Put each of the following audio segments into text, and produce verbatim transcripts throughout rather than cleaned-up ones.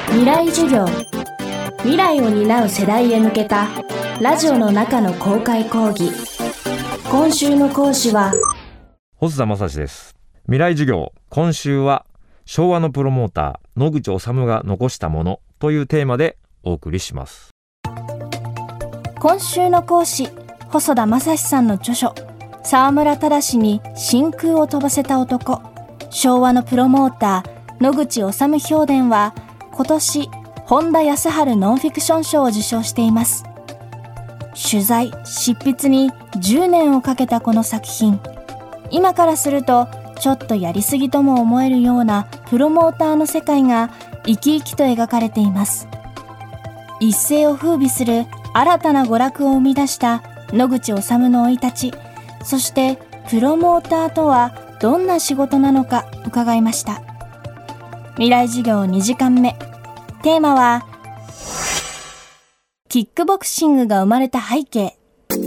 未来授業、未来を担う世代へ向けたラジオの中の公開講義。今週の講師は細田正史です。未来授業、今週は昭和のプロモーター野口治が残したものというテーマでお送りします。 今週の講師、細田正史さんの著書、沢村忠に真空を飛ばせた男、昭和のプロモーター野口治評伝は今年本田康晴ノンフィクション賞を受賞しています。取材・執筆にじゅうねんをかけたこの作品、今からするとちょっとやりすぎとも思えるようなプロモーターの世界が生き生きと描かれています。一世を風靡する新たな娯楽を生み出した野口治の生い立ち、そしてプロモーターとはどんな仕事なのか伺いました。未来授業にじかんめ、テーマはキックボクシングが生まれた背景。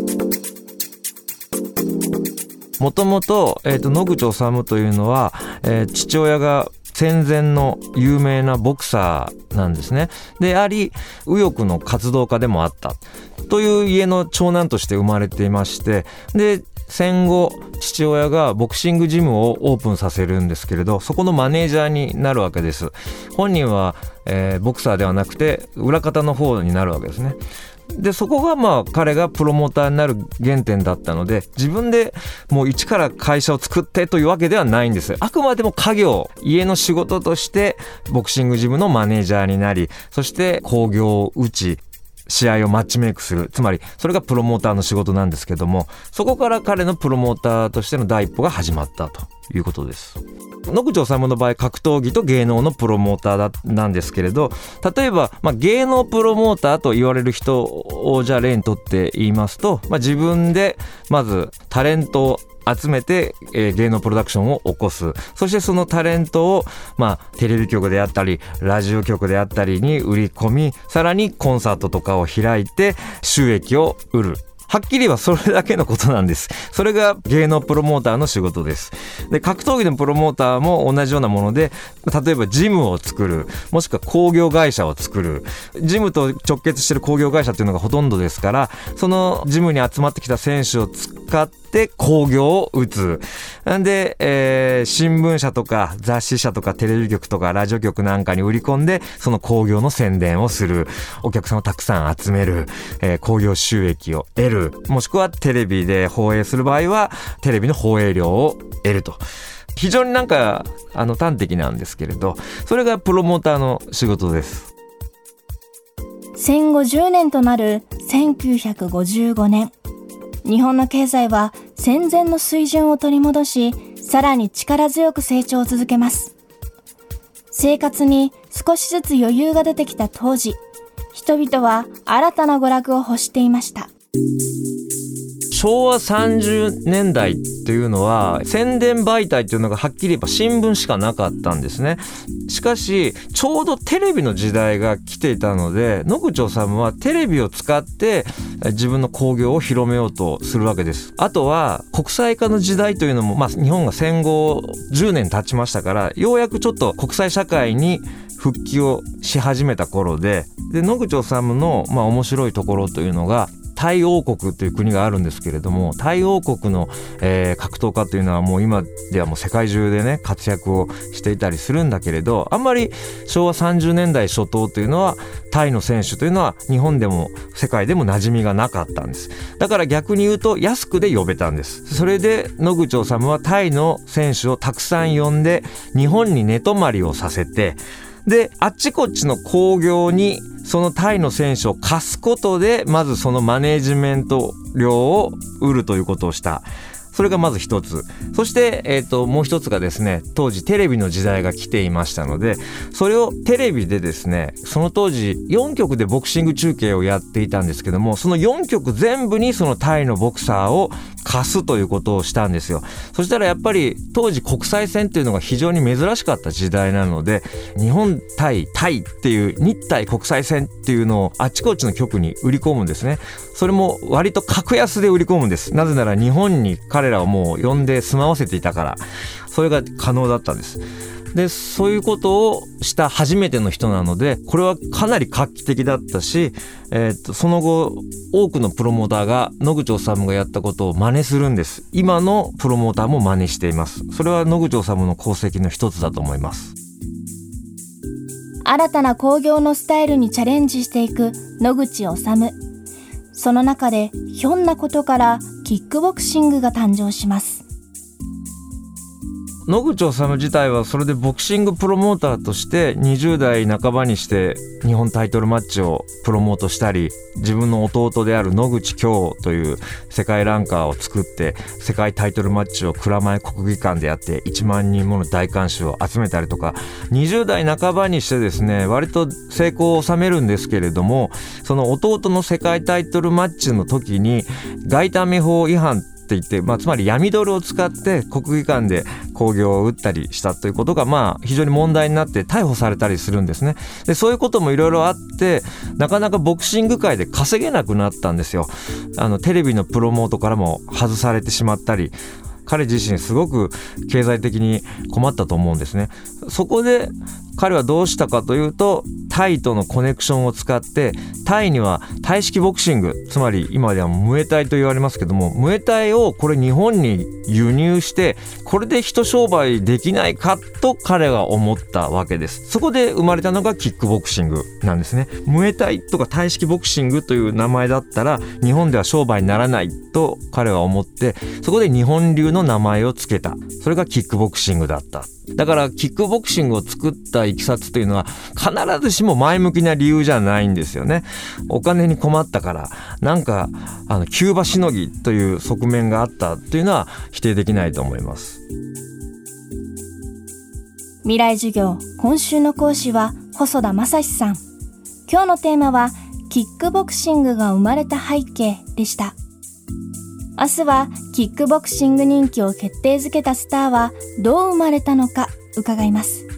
もともと、えーと、野口治というのは、えー、父親が戦前の有名なボクサーなんですね。であり、右翼の活動家でもあったという家の長男として生まれていまして、で戦後父親がボクシングジムをオープンさせるんですけれど、そこのマネージャーになるわけです。本人は、えー、ボクサーではなくて裏方の方になるわけですね。でそこがまあ彼がプロモーターになる原点だったので、自分でもう一から会社を作ってというわけではないんです。あくまでも家業、家の仕事としてボクシングジムのマネージャーになり、そして興行を打ち試合をマッチメイクする、つまりそれがプロモーターの仕事なんですけども、そこから彼のプロモーターとしての第一歩が始まったということです。野口治の場合、格闘技と芸能のプロモーターだなんですけれど、例えば、まあ、芸能プロモーターと言われる人をじゃあ例にとって言いますと、まあ、自分でまずタレントを集めて、えー、芸能プロダクションを起こす。そしてそのタレントを、まあ、テレビ局であったりラジオ局であったりに売り込み、さらにコンサートとかを開いて収益を得る。はっきり言えばそれだけのことなんです。それが芸能プロモーターの仕事です。で、格闘技のプロモーターも同じようなもので、例えばジムを作る、もしくは興行会社を作る。ジムと直結している興行会社っていうのがほとんどですから、そのジムに集まってきた選手を使って興行を打つ。なんで、えー、新聞社とか雑誌社とかテレビ局とかラジオ局なんかに売り込んで、その興行の宣伝をする。お客さんをたくさん集める。えー、興行収益を得る。もしくはテレビで放映する場合はテレビの放映料を得ると。非常になんかあの端的なんですけれど、それがプロモーターの仕事です。 戦後じゅうねんとなるせんきゅうひゃくごじゅうごねん、日本の経済は戦前の水準を取り戻し、さらに力強く成長を続けます。生活に少しずつ余裕が出てきた当時、人々は新たな娯楽を欲していました。 しょうわさんじゅうねんだいというのは宣伝媒体というのがはっきり言えば新聞しかなかったんですね。しかしちょうどテレビの時代が来ていたので、野口治はテレビを使って自分の興行を広めようとするわけです。あとは国際化の時代というのも、まあ、日本が戦後じゅうねん経ちましたから、ようやくちょっと国際社会に復帰をし始めた頃で、で野口治の、まあ、面白いところというのが、タイ王国という国があるんですけれども、タイ王国の、えー、格闘家というのはもう今ではもう世界中でね活躍をしていたりするんだけれど、あんまりしょうわさんじゅうねんだい初頭というのはタイの選手というのは日本でも世界でも馴染みがなかったんです。だから逆に言うと安くで呼べたんです。それで野口治はタイの選手をたくさん呼んで日本に寝泊まりをさせて、であっちこっちの興行にそのタイの選手を貸すことで、まずそのマネージメント料を売るということをした。それがまず一つ。そして、えーと、もう一つがですね、当時テレビの時代が来ていましたので、それをテレビでですね、その当時よんきょくでボクシング中継をやっていたんですけども、そのよんきょく全部にそのタイのボクサーを貸すということをしたんですよ。そしたらやっぱり当時国際戦っていうのが非常に珍しかった時代なので、日本対タイっていう日タイ国際戦っていうのをあちこちの局に売り込むんですね。それも割と格安で売り込むんです。なぜなら日本に彼らをもう呼んで住まわせていたから、それが可能だったんです。 でそういうことをした初めての人なので、これはかなり画期的だったし、えー、とその後多くのプロモーターが野口治がやったことを真似するんです。今のプロモーターも真似しています。それは野口治の功績の一つだと思います。 新たな興行のスタイルにチャレンジしていく野口治。その中でひょんなことからキックボクシングが誕生します。 野口治自体はそれでボクシングプロモーターとしてにじゅう代半ばにして日本タイトルマッチをプロモートしたり、自分の弟である野口恭という世界ランカーを作って世界タイトルマッチを蔵前国技館でやっていちまんにんもの大観衆を集めたりとか、にじゅう代半ばにしてですね割と成功を収めるんですけれども、その弟の世界タイトルマッチの時に外為法違反って言って、まあ、つまり闇ドルを使って国技館で興行を打ったりしたということが、まあ、非常に問題になって逮捕されたりするんですね。でそういうこともいろいろあって、なかなかボクシング界で稼げなくなったんですよ。あのテレビのプロモートからも外されてしまったり、彼自身すごく経済的に困ったと思うんですね。そこで彼はどうしたかというと、タイとのコネクションを使ってタイにはタイ式ボクシング、つまり今ではムエタイと言われますけども、ムエタイをこれ日本に輸入してこれで一商売できないかと彼は思ったわけです。そこで生まれたのがキックボクシングなんですね。ムエタイとかタイ式ボクシングという名前だったら日本では商売にならないと彼は思って、そこで日本流の名前をつけた。それがキックボクシングだった。だからキックボクシングを作ったいきさつというのは必ずしも前向きな理由じゃないんですよね。お金に困ったから、なんかあのキューバしのぎという側面があったというのは否定できないと思います。 未来授業、今週の講師は細田正史さん。今日のテーマはキックボクシングが生まれた背景でした。明日はキックボクシング人気を決定づけたスターはどう生まれたのか伺います。